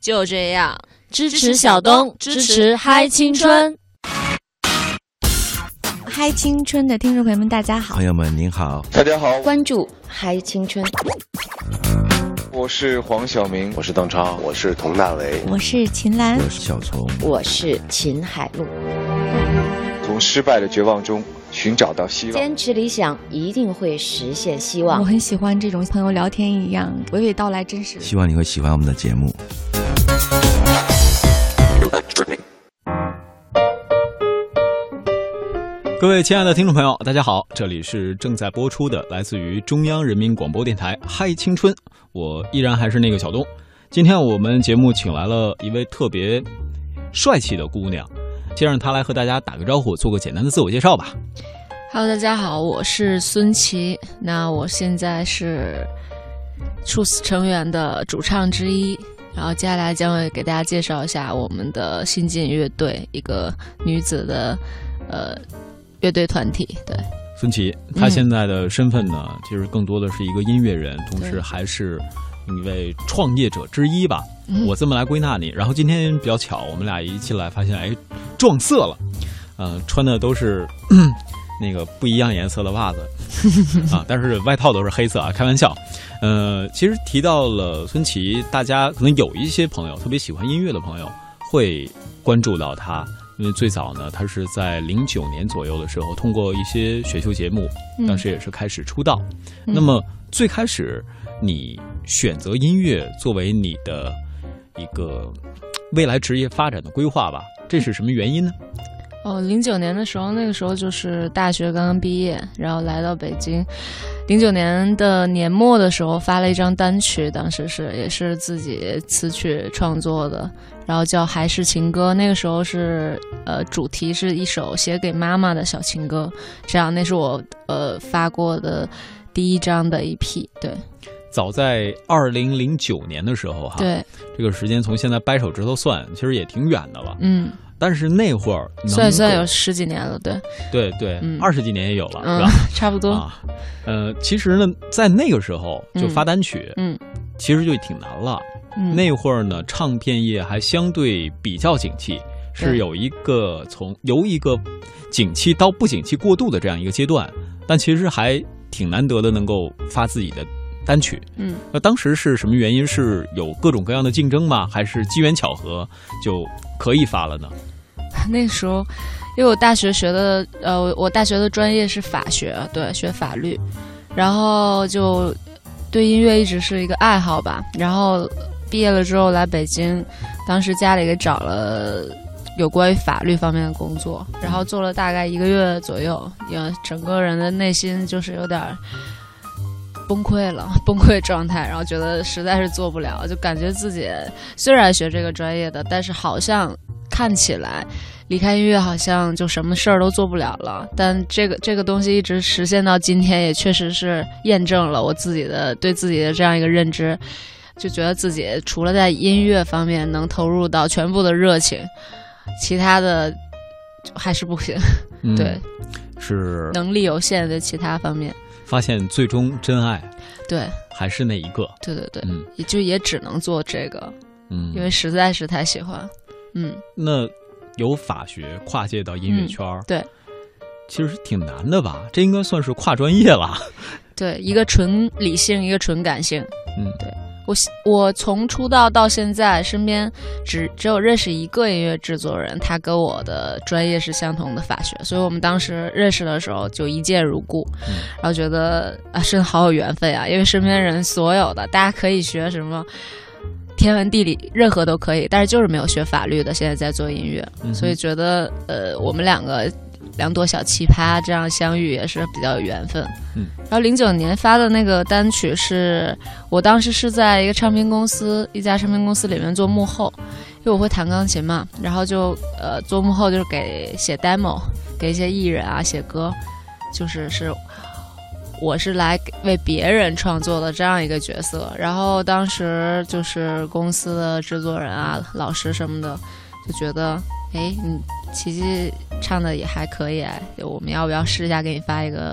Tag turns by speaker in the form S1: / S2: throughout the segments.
S1: 就这样，
S2: 支持小东，支持嗨青春。
S3: 嗨青春的听众朋友们，大家好！
S4: 朋友们您好，
S5: 大家好，
S2: 关注嗨青春。
S5: 我是黄晓明，
S6: 我是邓超，我是佟大为，
S3: 我是秦岚，
S4: 我是小虫，
S2: 我是秦海璐。
S5: 从失败的绝望中寻找到希望，
S2: 坚持理想，一定会实现希望。
S3: 我很喜欢这种朋友聊天一样娓娓道来，真实。
S4: 希望你会喜欢我们的节目。
S7: 各位亲爱的听众朋友，大家好，这里是正在播出的来自于中央人民广播电台嗨青春，我依然还是那个小东。今天我们节目请来了一位特别帅气的姑娘，先让她来和大家打个招呼，做个简单的自我介绍吧。
S1: Hello， 大家好，我是孙琦。那我现在是初死成员的主唱之一，然后接下来将会给大家介绍一下我们的新晋乐队，一个女子的乐队团体。对，
S7: 孙琦她现在的身份呢，其实更多的是一个音乐人，同时还是一位创业者之一吧。我这么来归纳你。然后今天比较巧，我们俩一起来发现，哎，撞色了。穿的都是那个不一样颜色的袜子啊，但是外套都是黑色啊，开玩笑。其实提到了孙琦，大家可能有一些朋友特别喜欢音乐的朋友会关注到他。因为最早呢，他是在09年左右的时候，通过一些选秀节目，当时也是开始出道。那么最开始，你选择音乐作为你的一个未来职业发展的规划吧，这是什么原因呢
S1: ？09年的时候，那个时候就是大学刚刚毕业，然后来到北京。09年的年末的时候发了一张单曲，当时也是自己词曲创作的，然后叫《还是情歌》。那个时候是主题是一首写给妈妈的小情歌，这样那是我发过的第一张的EP。对，
S7: 早在2009年的时候哈，
S1: 对，
S7: 这个时间从现在掰手指头算，其实也挺远的了。但是那会儿
S1: 算有10几年了，对
S7: ，20几年也有了，是吧？
S1: 差不多
S7: 啊。其实呢，在那个时候就发单曲，其实就挺难了。那会儿呢，唱片业还相对比较景气，是由一个景气到不景气过渡的这样一个阶段，但其实还挺难得的，能够发自己的单曲。那当时是什么原因？是有各种各样的竞争吗？还是机缘巧合就可以发了呢？
S1: 那时候，因为我大学学的我大学的专业是法学，对，学法律，然后就对音乐一直是一个爱好吧。然后毕业了之后来北京，当时家里给找了有关于法律方面的工作，然后做了大概1个月左右，整个人的内心就是有点崩溃状态，然后觉得实在是做不了，就感觉自己虽然学这个专业的，但是好像看起来离开音乐好像就什么事儿都做不了了。但这个东西一直实现到今天，也确实是验证了我对自己的这样一个认知，就觉得自己除了在音乐方面能投入到全部的热情，其他的还是不行。对，
S7: 是
S1: 能力有限的其他方面。
S7: 发现最终真爱，
S1: 对，
S7: 还是那一个。
S1: 对，也只能做这个，因为实在是太喜欢。
S7: 那由法学跨界到音乐圈，
S1: 对，
S7: 其实挺难的吧？这应该算是跨专业了。
S1: 对，一个纯理性，一个纯感性。对。我从出道到现在，身边只有认识一个音乐制作人，他跟我的专业是相同的法学，所以我们当时认识的时候就一见如故，然后觉得真的好有缘分啊！因为身边人所有的大家可以学什么天文地理，任何都可以，但是就是没有学法律的，现在在做音乐，所以觉得我们两朵小奇葩这样相遇也是比较有缘分。然后09年发的那个单曲是我当时是在一家唱片公司里面做幕后，因为我会弹钢琴嘛，然后就做幕后就是写 demo 给一些艺人啊写歌，我是来为别人创作的这样一个角色。然后当时就是公司的制作人啊老师什么的就觉得你琪琪唱的也还可以，我们要不要试一下给你发一个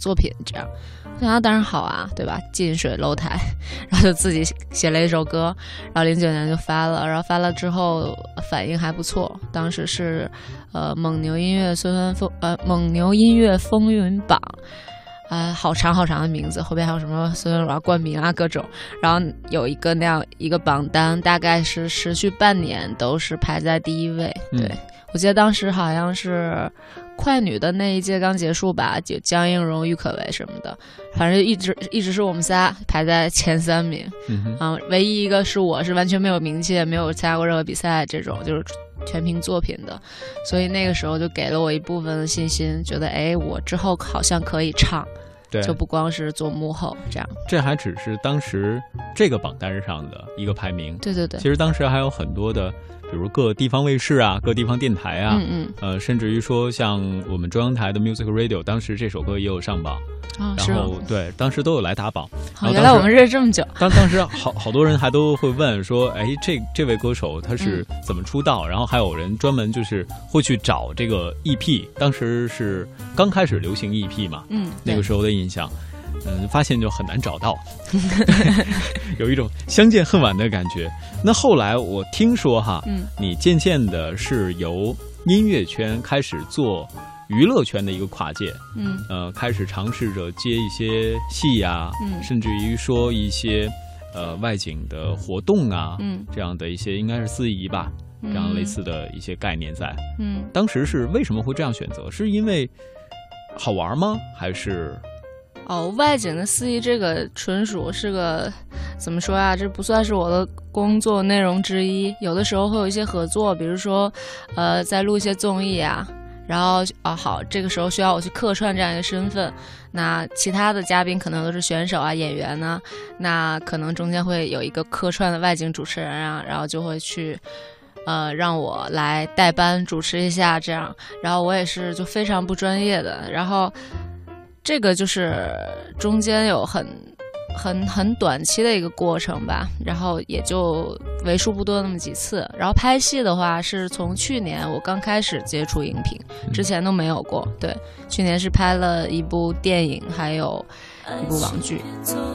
S1: 作品这样。我想当然好啊，对吧？近水楼台，然后就自己写了一首歌，然后09年就发了，然后发了之后反应还不错，当时是蒙牛音乐风云榜。好长好长的名字，后边还有什么孙文冠名啊各种，然后有一个那样一个榜单，大概是持续半年都是排在第1位。对，我记得当时好像是快女的那一届刚结束吧，就江映蓉、郁可唯什么的，反正一直是我们仨排在前3名。唯一一个是我是完全没有名气，没有参加过任何比赛，这种就是全凭作品的，所以那个时候就给了我一部分的信心，觉得我之后好像可以唱，就不光是做幕后这样。
S7: 这还只是当时这个榜单上的一个排名。
S1: 对对对，
S7: 其实当时还有很多的，比如各地方卫视啊、各地方电台啊，甚至于说像我们中央台的 Music Radio， 当时这首歌也有上榜。然后对，当时都有来打榜。
S1: 原来我们认识这么久。
S7: 当时好多人还都会问说，这位歌手他是怎么出道？然后还有人专门就是会去找这个 EP， 当时是刚开始流行 EP 嘛，那个时候的印象，发现就很难找到，有一种相见恨晚的感觉。那后来我听说你渐渐的是由音乐圈开始做娱乐圈的一个跨界，开始尝试着接一些戏啊，甚至于说一些外景的活动啊，这样的一些应该是司仪吧，这样类似的一些概念在。当时是为什么会这样选择？是因为好玩吗？还是？
S1: 外景的司仪这个纯属是个怎么说啊？这不算是我的工作内容之一。有的时候会有一些合作，比如说在录一些综艺啊。然后好，这个时候需要我去客串这样一个身份，那其他的嘉宾可能都是选手啊、演员呢，那可能中间会有一个客串的外景主持人啊，然后就会去让我来代班主持一下这样，然后我也是就非常不专业的，然后这个就是中间有很短期的一个过程吧，然后也就为数不多那么几次。然后拍戏的话是从去年我刚开始接触荧屏，之前都没有过。对，去年是拍了一部电影，还有一部网剧。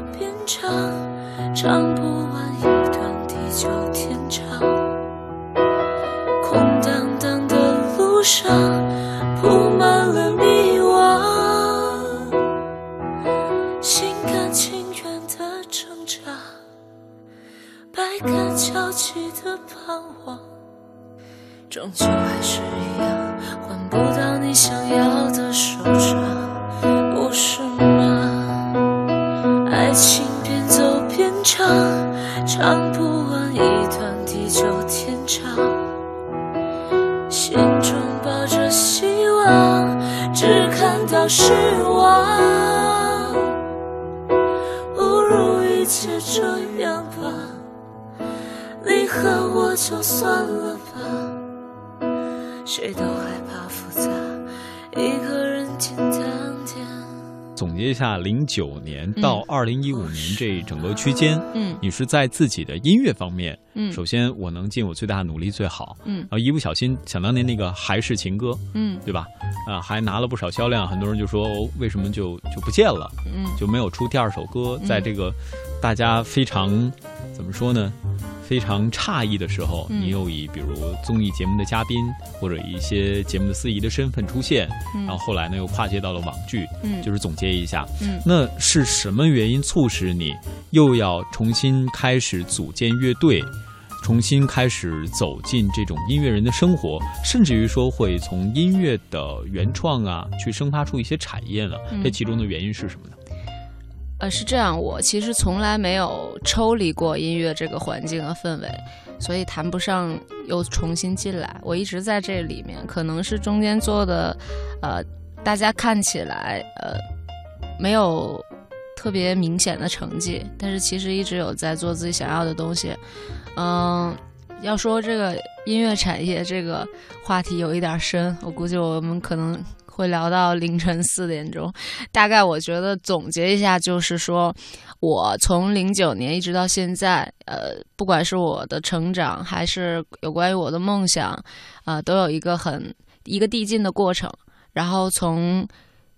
S1: 唱不完一段地久天长，空荡荡的路上铺满了迷惘，心甘情愿的挣扎，百感交集的盼望，终究还是一样，换不到你想要的收场，不是吗？爱情边走边唱，唱不完一段地久天长，心中抱着希望，只看到失望，不如一切这样吧，离合我就算了吧，谁都害怕复杂，一个人简单点。
S7: 总结一下09年到2015年这整个区间，你是在自己的音乐方面，首先我能尽我最大的努力最好，然后一不小心想当年那个还是情歌，对吧？还拿了不少销量，很多人就说为什么就不见了，就没有出第二首歌，在这个大家非常怎么说呢？非常诧异的时候，你又以比如综艺节目的嘉宾或者一些节目的司仪的身份出现，然后后来呢又跨界到了网剧，就是总结一下，那是什么原因促使你又要重新开始组建乐队，重新开始走进这种音乐人的生活，甚至于说会从音乐的原创啊去生发出一些产业呢？这其中的原因是什么呢？
S1: 是这样，我其实从来没有抽离过音乐这个环境和氛围，所以谈不上又重新进来。我一直在这里面，可能是中间做的，大家看起来没有特别明显的成绩，但是其实一直有在做自己想要的东西。要说这个音乐产业这个话题有一点深，我估计我们可能会聊到凌晨4点钟。大概我觉得总结一下就是说，我从09年一直到现在，不管是我的成长还是有关于我的梦想，都有一个递进的过程。然后从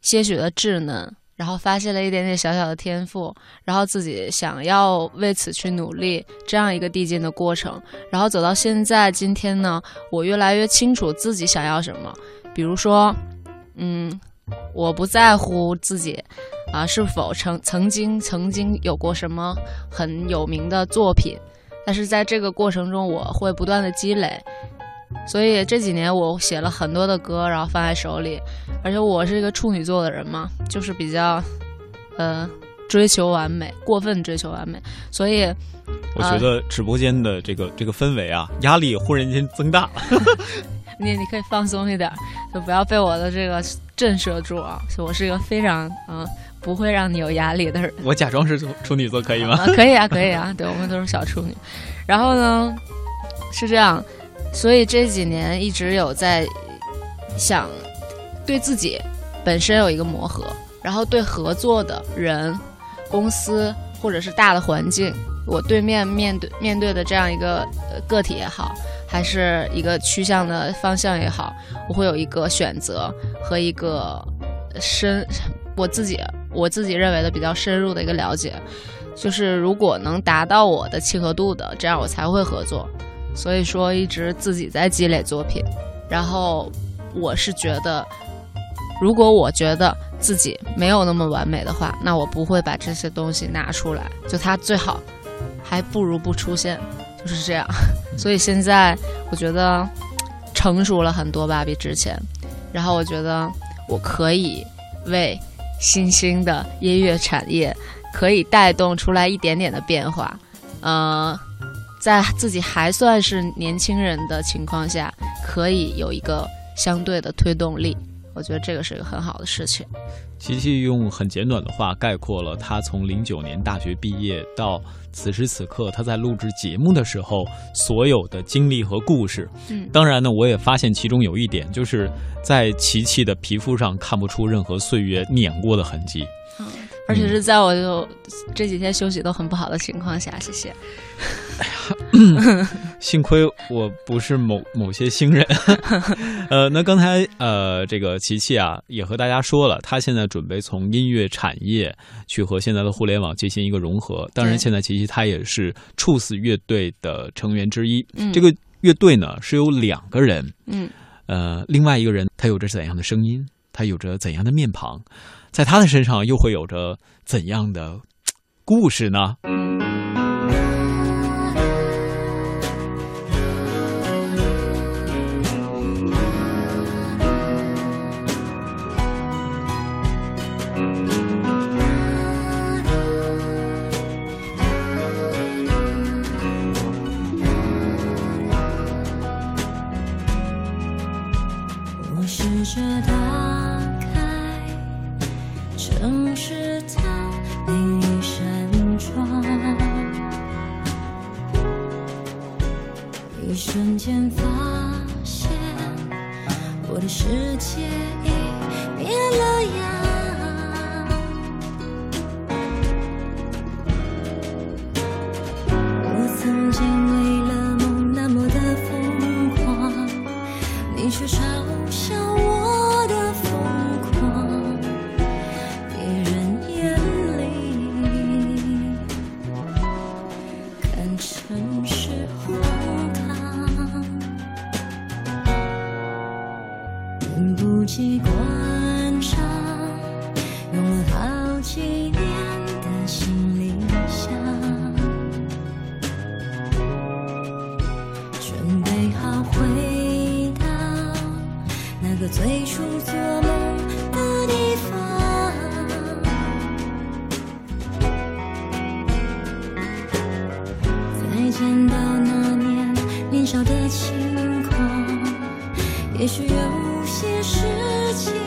S1: 些许的稚嫩，然后发现了一点点小小的天赋，然后自己想要为此去努力，这样一个递进的过程。然后走到现在今天呢，我越来越清楚自己想要什么。比如说我不在乎自己是否曾经有过什么很有名的作品，但是在这个过程中我会不断的积累。所以这几年我写了很多的歌，然后放在手里，而且我是一个处女座的人嘛，就是比较追求完美，过分追求完美，所以
S7: 我觉得直播间的这个氛围啊，压力忽然间增大了。
S1: 你可以放松一点，就不要被我的这个震慑住啊！我是一个非常不会让你有压力的人。
S7: 我假装是处女座可以吗？
S1: 可以啊，可以啊，对，我们都是小处女。然后呢，是这样，所以这几年一直有在想对自己本身有一个磨合，然后对合作的人、公司或者是大的环境，我面对的这样一个个体也好，还是一个趋向的方向也好，我会有一个选择和一个我自己认为的比较深入的一个了解，就是如果能达到我的契合度的，这样我才会合作。所以说一直自己在积累作品，然后我是觉得，如果我觉得自己没有那么完美的话，那我不会把这些东西拿出来，就它最好还不如不出现，就是这样。所以现在我觉得成熟了很多吧，比之前。然后我觉得我可以为新兴的音乐产业可以带动出来一点点的变化。在自己还算是年轻人的情况下，可以有一个相对的推动力，我觉得这个是一个很好的事情。
S7: 琪琪用很简短的话概括了他从09年大学毕业到此时此刻他在录制节目的时候所有的经历和故事。当然呢，我也发现其中有一点，就是在琪琪的皮肤上看不出任何岁月碾过的痕迹。
S1: 而且是在我就这几天休息都很不好的情况下，谢谢。
S7: 幸亏我不是某些新人。那刚才这个琪琪啊也和大家说了，他现在准备从音乐产业去和现在的互联网进行一个融合。当然现在琪琪他也是处死乐队的成员之一。这个乐队呢是有2个人。另外一个人他有着怎样的声音，他有着怎样的面庞，在他的身上又会有着怎样的故事呢？
S8: 我试着打开城市的另一扇窗，一瞬间发现我的世界已变了样。我曾经为了梦那么的疯狂，你却嘲笑我的疯狂，别人眼里看成是荒唐，等不及关上用了好几年的行李箱，准备好回到那个最初做梦的地方，再见到那年少的轻狂，也许有些事情